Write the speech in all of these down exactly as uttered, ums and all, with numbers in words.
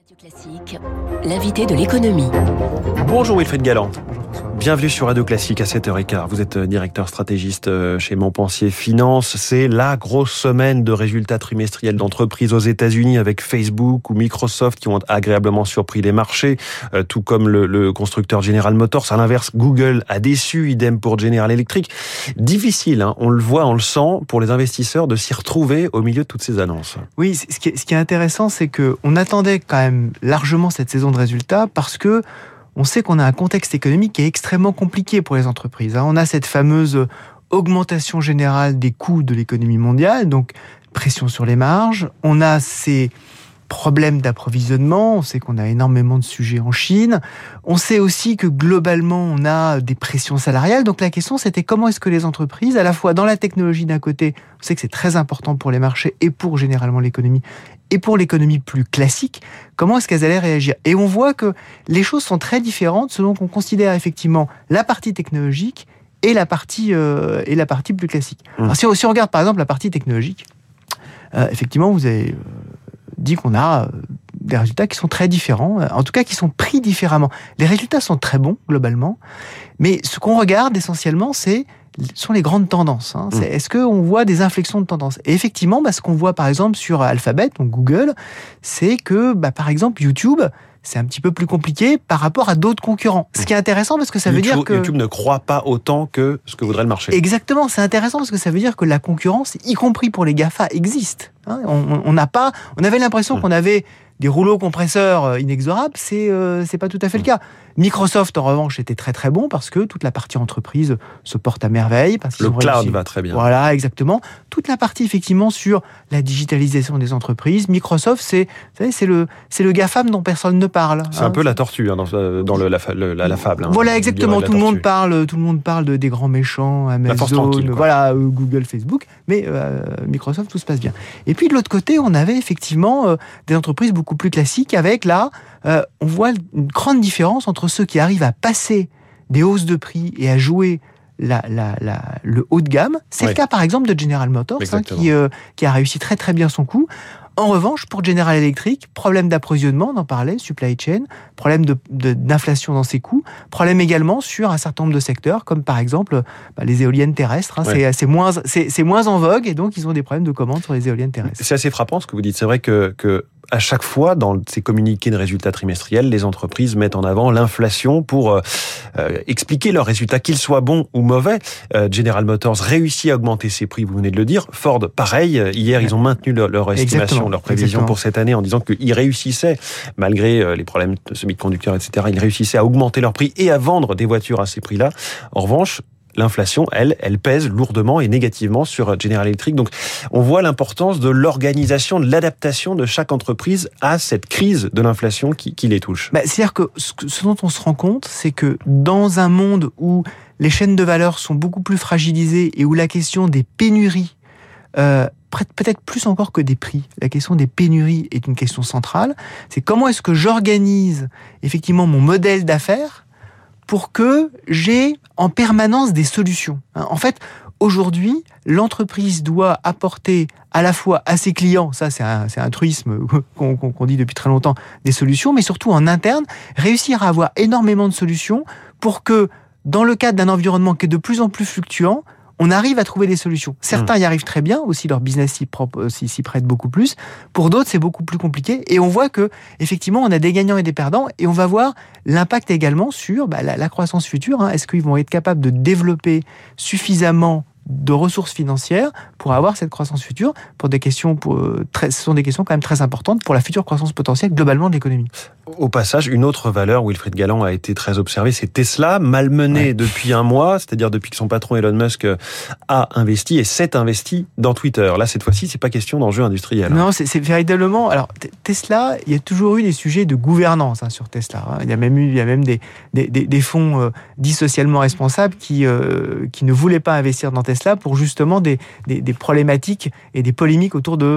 Classique, l'invité de l'économie. Bonjour Wilfried Galland. Bienvenue sur Radio Classique à sept heures quinze. Vous êtes directeur stratégiste chez Montpensier Finance. C'est la grosse semaine de résultats trimestriels d'entreprises aux États-Unis avec Facebook ou Microsoft qui ont agréablement surpris les marchés, tout comme le, le constructeur General Motors. À l'inverse, Google a déçu, idem pour General Electric. Difficile, hein, on le voit, on le sent, pour les investisseurs de s'y retrouver au milieu de toutes ces annonces. Oui, ce qui est, ce qui est intéressant, c'est qu'on attendait quand même largement cette saison de résultats parce que on sait qu'on a un contexte économique qui est extrêmement compliqué pour les entreprises. On a cette fameuse augmentation générale des coûts de l'économie mondiale, donc pression sur les marges. On a ces problèmes d'approvisionnement. On sait qu'on a énormément de sujets en Chine. On sait aussi que globalement, on a des pressions salariales. Donc la question, c'était comment est-ce que les entreprises, à la fois dans la technologie d'un côté, on sait que c'est très important pour les marchés et pour généralement l'économie, et pour l'économie plus classique, comment est-ce qu'elles allaient réagir ? Et on voit que les choses sont très différentes selon qu'on considère effectivement la partie technologique et la partie, euh, et la partie plus classique. Mmh. Alors si, on, si on regarde par exemple la partie technologique, euh, effectivement, vous avez euh, dit qu'on a euh, des résultats qui sont très différents, en tout cas qui sont pris différemment. Les résultats sont très bons globalement, mais ce qu'on regarde essentiellement, c'est sont les grandes tendances. Hein. C'est, est-ce qu'on voit des inflexions de tendance ? Et effectivement, bah, ce qu'on voit par exemple sur Alphabet, donc Google, c'est que bah, par exemple YouTube, c'est un petit peu plus compliqué par rapport à d'autres concurrents. Ce qui est intéressant parce que ça YouTube, veut dire que... YouTube ne croit pas autant que ce que voudrait le marché. Exactement, c'est intéressant parce que ça veut dire que la concurrence, y compris pour les GAFA, existe. Hein. On, on, n'a pas, on avait l'impression mmh. qu'on avait des rouleaux compresseurs inexorables, c'est, euh, c'est pas tout à fait le cas. Microsoft, en revanche, était très très bon parce que toute la partie entreprise se porte à merveille. Parce qu'ils le ont cloud réussi. va très bien. Voilà, exactement. Toute la partie, effectivement, sur la digitalisation des entreprises. Microsoft, c'est, vous savez, c'est, le, c'est le GAFAM dont personne ne parle. C'est hein. un peu la tortue hein, dans, dans le, la, le, la, la fable. Hein, voilà, exactement. Tout le, monde parle, tout le monde parle de, des grands méchants, Amazon, voilà, euh, Google, Facebook. Mais euh, Microsoft, tout se passe bien. Et puis, de l'autre côté, on avait effectivement euh, des entreprises beaucoup plus classiques avec, là, euh, on voit une grande différence entre ceux qui arrivent à passer des hausses de prix et à jouer la, la, la, le haut de gamme. C'est oui. le cas, par exemple, de General Motors, hein, qui, euh, qui a réussi très très bien son coup. En revanche, pour General Electric, problème d'approvisionnement, on en parlait, supply chain, problème de, de, d'inflation dans ses coûts, problème également sur un certain nombre de secteurs, comme par exemple bah, les éoliennes terrestres. Hein, ouais. c'est, c'est, moins, c'est, c'est moins en vogue et donc ils ont des problèmes de commande sur les éoliennes terrestres. C'est assez frappant ce que vous dites. C'est vrai que... que... à chaque fois, dans ces communiqués de résultats trimestriels, les entreprises mettent en avant l'inflation pour euh, euh, expliquer leurs résultats, qu'ils soient bons ou mauvais. Euh, General Motors réussit à augmenter ses prix, vous venez de le dire. Ford, pareil. Hier, ils ont maintenu leur, leur estimation, Exactement. leur prévision Exactement. pour cette année en disant qu'ils réussissaient, malgré euh, les problèmes de semi-conducteurs, et cetera, ils réussissaient à augmenter leur prix et à vendre des voitures à ces prix-là. En revanche, l'inflation, elle, elle pèse lourdement et négativement sur General Electric. Donc, on voit l'importance de l'organisation, de l'adaptation de chaque entreprise à cette crise de l'inflation qui, qui les touche. Bah, c'est-à-dire que ce dont on se rend compte, c'est que dans un monde où les chaînes de valeur sont beaucoup plus fragilisées et où la question des pénuries, euh, peut-être plus encore que des prix, la question des pénuries est une question centrale. C'est comment est-ce que j'organise effectivement mon modèle d'affaires pour que j'ai en permanence des solutions. En fait, aujourd'hui, l'entreprise doit apporter à la fois à ses clients, ça c'est un, c'est un truisme qu'on, qu'on dit depuis très longtemps, des solutions, mais surtout en interne, réussir à avoir énormément de solutions pour que, dans le cadre d'un environnement qui est de plus en plus fluctuant, on arrive à trouver des solutions. Certains y arrivent très bien, aussi leur business s'y, propre, s'y, s'y prête beaucoup plus. Pour d'autres, c'est beaucoup plus compliqué. Et on voit que, effectivement, on a des gagnants et des perdants. Et on va voir l'impact également sur bah, la, la croissance future. Hein. Est-ce qu'ils vont être capables de développer suffisamment de ressources financières pour avoir cette croissance future, pour des questions, pour, euh, très, ce sont des questions quand même très importantes pour la future croissance potentielle globalement de l'économie. Au passage, une autre valeur, Wilfried Galland, a été très observée, c'est Tesla, malmenée ouais. depuis un mois, c'est-à-dire depuis que son patron Elon Musk a investi et s'est investi dans Twitter. Là, cette fois-ci, c'est pas question d'enjeu industriel. Non, c'est, c'est véritablement... Alors, t- Tesla, il y a toujours eu des sujets de gouvernance hein, sur Tesla. Hein. Il y a même eu, il y a même des, des, des, des fonds euh, dits socialement responsables qui, euh, qui ne voulaient pas investir dans Tesla pour justement des, des, des problématiques et des polémiques autour de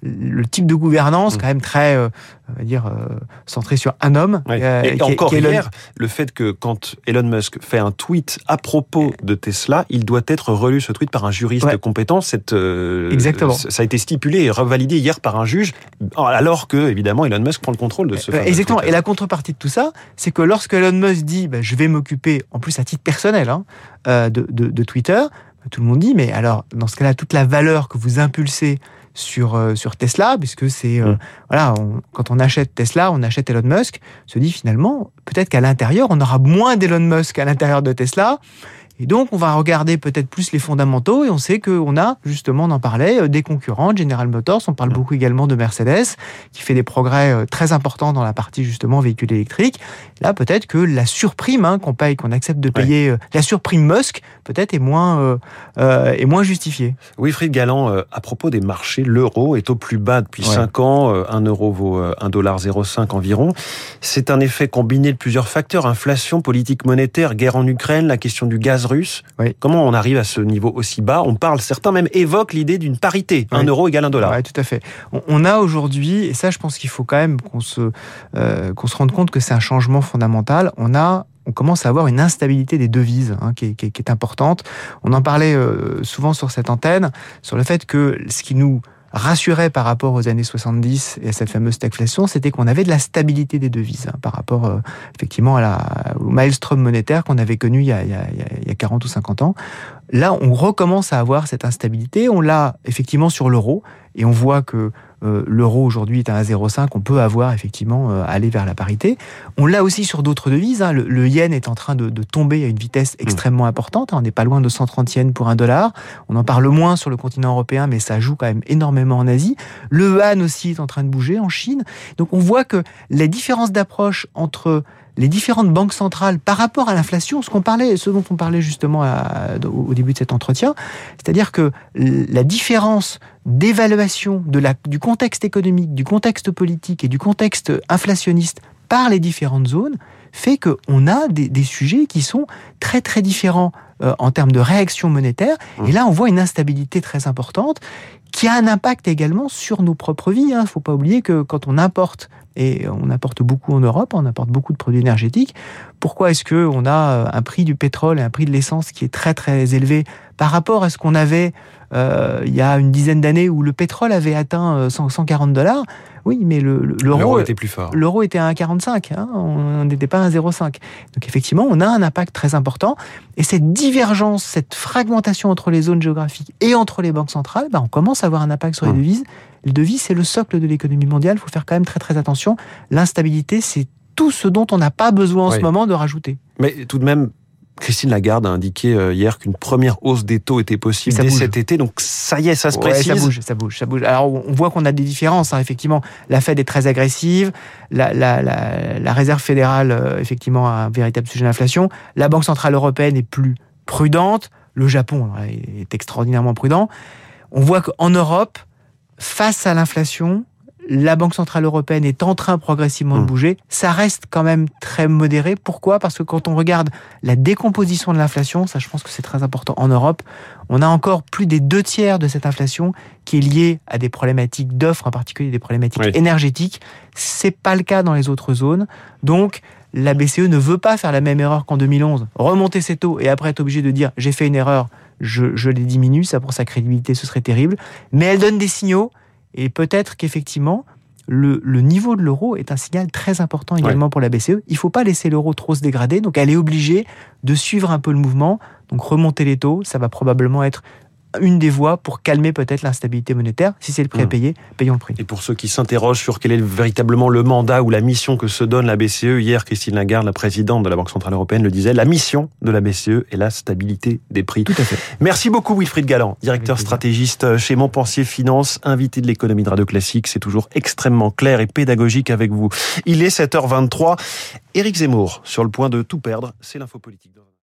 le type de gouvernance mmh. quand même très, euh, on va dire, euh, centré sur un homme. Ouais. Euh, et qui, encore qui hier, le fait que quand Elon Musk fait un tweet à propos de Tesla, il doit être relu ce tweet par un juriste ouais. compétent. Cette, euh, Exactement. Ça a été stipulé et revalidé hier par un juge, alors que évidemment Elon Musk prend le contrôle de ce. Euh, exactement. Tweet. Et la contrepartie de tout ça, c'est que lorsque Elon Musk dit, bah, je vais m'occuper, en plus à titre personnel, hein, euh, de, de, de Twitter, tout le monde dit, mais alors dans ce cas-là, toute la valeur que vous impulsez sur euh, sur Tesla, puisque c'est euh, mmh. voilà, on, quand on achète Tesla, on achète Elon Musk, se dit finalement peut-être qu'à l'intérieur, on aura moins d'Elon Musk à l'intérieur de Tesla. Et donc, on va regarder peut-être plus les fondamentaux et on sait qu'on a, justement, on en parlait, des concurrents, General Motors, on parle beaucoup également de Mercedes, qui fait des progrès très importants dans la partie, justement, véhicules électriques. Là, peut-être que la surprime hein, qu'on paye, qu'on accepte de payer, ouais. la surprime Musk, peut-être est moins, euh, euh, est moins justifiée. Wilfried Galland, euh, à propos des marchés, l'euro est au plus bas depuis ouais. cinq ans, euh, un euro vaut euh, un dollar zéro virgule cinq environ. C'est un effet combiné de plusieurs facteurs, inflation, politique monétaire, guerre en Ukraine, la question du gaz russe. Oui. Comment on arrive à ce niveau aussi bas ? On parle, certains même évoquent l'idée d'une parité, oui. un euro égale un dollar. Oui, tout à fait. On a aujourd'hui, et ça je pense qu'il faut quand même qu'on se, euh, qu'on se rende compte que c'est un changement fondamental, on a on commence à avoir une instabilité des devises hein, qui, est, qui, est, qui est importante. On en parlait euh, souvent sur cette antenne, sur le fait que ce qui nous rassurait par rapport aux années soixante-dix et à cette fameuse stagflation, c'était qu'on avait de la stabilité des devises hein, par rapport euh, effectivement à la, au maelstrom monétaire qu'on avait connu il y, a, il, y a, il y a quarante ou cinquante ans. Là, on recommence à avoir cette instabilité. On l'a effectivement sur l'euro et on voit que euh, l'euro aujourd'hui est à un zéro virgule cinq. On peut avoir effectivement euh, aller vers la parité. On l'a aussi sur d'autres devises. Hein. Le, le yen est en train de, de tomber à une vitesse extrêmement importante. Hein. On n'est pas loin de cent trente yens pour un dollar. On en parle moins sur le continent européen, mais ça joue quand même énormément en Asie. Le yuan aussi est en train de bouger en Chine. Donc on voit que les différences d'approche entre les différentes banques centrales par rapport à l'inflation, ce qu'on parlait, ce dont on parlait justement à, au début de cet entretien, c'est-à-dire que la différence d'évaluation de la, du contexte économique, du contexte politique et du contexte inflationniste par les différentes zones fait qu'on a des, des sujets qui sont très très différents euh, en termes de réaction monétaire. Et là, on voit une instabilité très importante qui a un impact également sur nos propres vies. Il ne faut pas oublier que quand on importe, et on importe beaucoup en Europe, on importe beaucoup de produits énergétiques, pourquoi est-ce qu'on a un prix du pétrole et un prix de l'essence qui est très très élevé par rapport à ce qu'on avait euh, il y a une dizaine d'années où le pétrole avait atteint cent, cent quarante dollars? Oui, mais le, le, l'euro, l'euro était plus fort. L'euro était à un virgule quarante-cinq, hein, on n'était pas à un zéro virgule cinq. Donc effectivement, on a un impact très important. Et cette divergence, cette fragmentation entre les zones géographiques et entre les banques centrales, bah, on commence à avoir un impact sur les devises. Les devises, c'est le socle de l'économie mondiale. Il faut faire quand même très très attention. L'instabilité, c'est tout ce dont on n'a pas besoin en oui. ce moment de rajouter. Mais tout de même, Christine Lagarde a indiqué hier qu'une première hausse des taux était possible dès cet été. Donc ça y est, ça se ouais, précise. Ça bouge, ça bouge, ça bouge. Alors on voit qu'on a des différences. Hein, effectivement, la Fed est très agressive. La, la, la, la Réserve fédérale, euh, effectivement, a un véritable sujet d'inflation. La Banque centrale européenne est plus prudente. Le Japon est extraordinairement prudent. On voit qu'en Europe, face à l'inflation, la Banque centrale européenne est en train progressivement de bouger. Ça reste quand même très modéré. Pourquoi ? Parce que quand on regarde la décomposition de l'inflation, ça je pense que c'est très important en Europe, on a encore plus des deux tiers de cette inflation qui est liée à des problématiques d'offres, en particulier des problématiques oui. énergétiques. C'est pas le cas dans les autres zones. Donc, la B C E ne veut pas faire la même erreur qu'en deux mille onze, remonter ses taux et après être obligé de dire j'ai fait une erreur, je, je les diminue, ça pour sa crédibilité ce serait terrible. Mais elle donne des signaux. Et peut-être qu'effectivement, le, le niveau de l'euro est un signal très important également ouais. pour la B C E. Il ne faut pas laisser l'euro trop se dégrader. Donc, elle est obligée de suivre un peu le mouvement. Donc, remonter les taux, ça va probablement être une des voies pour calmer peut-être l'instabilité monétaire. Si c'est le prix mmh. à payer, payons le prix. Et pour ceux qui s'interrogent sur quel est véritablement le mandat ou la mission que se donne la B C E, hier, Christine Lagarde, la présidente de la Banque centrale européenne, le disait, la mission de la B C E est la stabilité des prix. Tout à fait. Merci beaucoup Wilfried Galland, directeur stratégiste chez Montpensier Finance, invité de l'économie de Radio Classique. C'est toujours extrêmement clair et pédagogique avec vous. Il est sept heures vingt-trois. Éric Zemmour, sur le point de tout perdre, c'est l'info politique.